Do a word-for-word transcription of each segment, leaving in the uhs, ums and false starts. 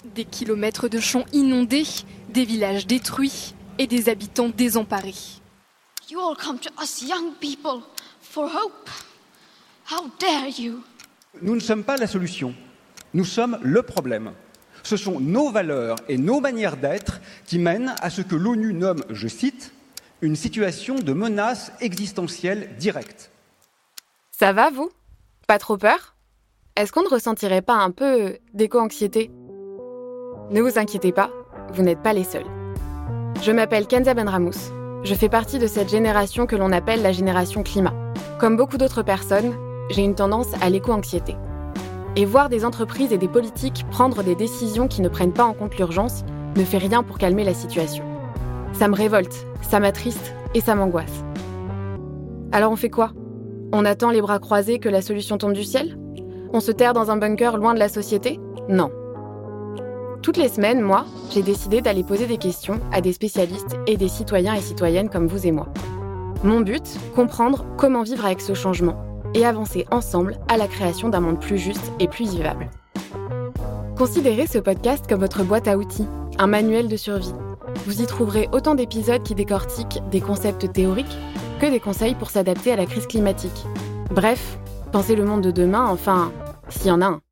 Des kilomètres de champs inondés, des villages détruits et des habitants désemparés. You all come to us young people for hope. How dare you? Nous ne sommes pas la solution. Nous sommes le problème. Ce sont nos valeurs et nos manières d'être qui mènent à ce que l'ONU nomme, je cite, une situation de menace existentielle directe. Ça va, vous ? Pas trop peur ? Est-ce qu'on ne ressentirait pas un peu d'éco-anxiété ? Ne vous inquiétez pas, vous n'êtes pas les seuls. Je m'appelle Kenza Benramous. Je fais partie de cette génération que l'on appelle la génération climat. Comme beaucoup d'autres personnes, j'ai une tendance à l'éco-anxiété. Et voir des entreprises et des politiques prendre des décisions qui ne prennent pas en compte l'urgence ne fait rien pour calmer la situation. Ça me révolte, ça m'attriste et ça m'angoisse. Alors on fait quoi ? On attend les bras croisés que la solution tombe du ciel ? On se terre dans un bunker loin de la société ? Non. Toutes les semaines, moi, j'ai décidé d'aller poser des questions à des spécialistes et des citoyens et citoyennes comme vous et moi. Mon but, comprendre comment vivre avec ce changement et avancer ensemble à la création d'un monde plus juste et plus vivable. Considérez ce podcast comme votre boîte à outils, un manuel de survie. Vous y trouverez autant d'épisodes qui décortiquent des concepts théoriques que des conseils pour s'adapter à la crise climatique. Bref, pensez le monde de demain, enfin, s'il y en a un.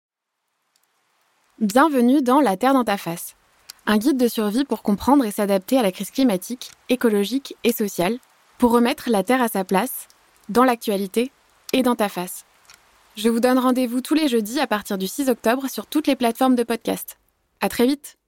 Bienvenue dans La Terre dans ta face, un guide de survie pour comprendre et s'adapter à la crise climatique, écologique et sociale, pour remettre la Terre à sa place, dans l'actualité et dans ta face. Je vous donne rendez-vous tous les jeudis à partir du six octobre sur toutes les plateformes de podcast. À très vite!